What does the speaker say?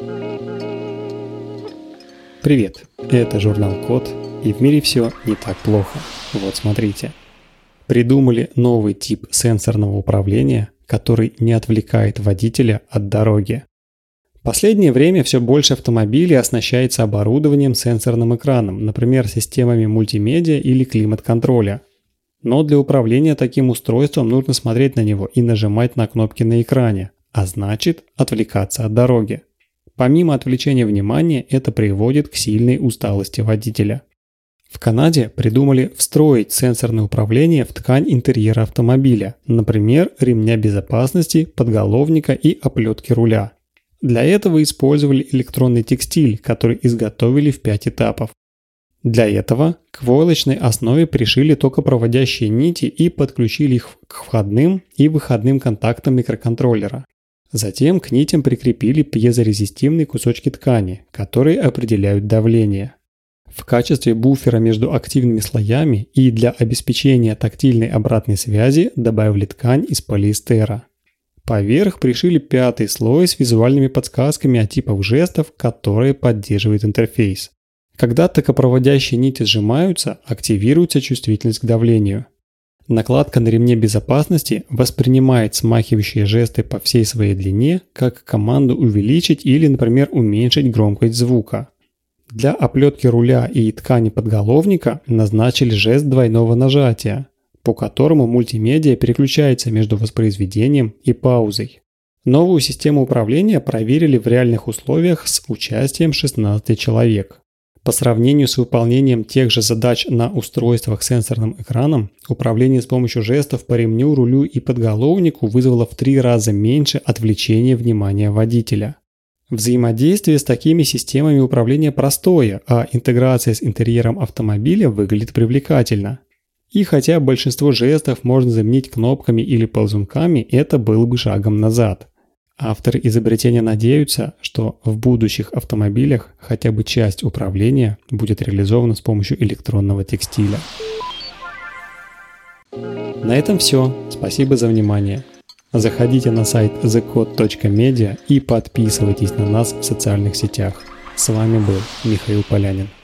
Привет, это журнал Код, и в мире все не так плохо. Вот смотрите. Придумали новый тип сенсорного управления, который не отвлекает водителя от дороги. В последнее время все больше автомобилей оснащается оборудованием с сенсорным экраном, например, системами мультимедиа или климат-контроля. Но для управления таким устройством нужно смотреть на него и нажимать на кнопки на экране, а значит отвлекаться от дороги. Помимо отвлечения внимания, это приводит к сильной усталости водителя. В Канаде придумали встроить сенсорное управление в ткань интерьера автомобиля, например, ремня безопасности, подголовника и оплетки руля. Для этого использовали электронный текстиль, который изготовили в 5 этапов. Для этого к войлочной основе пришили токопроводящие нити и подключили их к входным и выходным контактам микроконтроллера. Затем к нитям прикрепили пьезорезистивные кусочки ткани, которые определяют давление. В качестве буфера между активными слоями и для обеспечения тактильной обратной связи добавили ткань из полиэстера. Поверх пришили 5-й слой с визуальными подсказками о типах жестов, которые поддерживает интерфейс. Когда токопроводящие нити сжимаются, активируется чувствительность к давлению. Накладка на ремне безопасности воспринимает смахивающие жесты по всей своей длине как команду увеличить или, например, уменьшить громкость звука. Для оплетки руля и ткани подголовника назначили жест двойного нажатия, по которому мультимедиа переключается между воспроизведением и паузой. Новую систему управления проверили в реальных условиях с участием 16 человек. По сравнению с выполнением тех же задач на устройствах с сенсорным экраном, управление с помощью жестов по ремню, рулю и подголовнику вызвало в 3 раза меньше отвлечения внимания водителя. Взаимодействие с такими системами управления простое, а интеграция с интерьером автомобиля выглядит привлекательно. И хотя большинство жестов можно заменить кнопками или ползунками, это было бы шагом назад. Авторы изобретения надеются, что в будущих автомобилях хотя бы часть управления будет реализована с помощью электронного текстиля. На этом все. Спасибо за внимание. Заходите на сайт thecode.media и подписывайтесь на нас в социальных сетях. С вами был Михаил Полянин.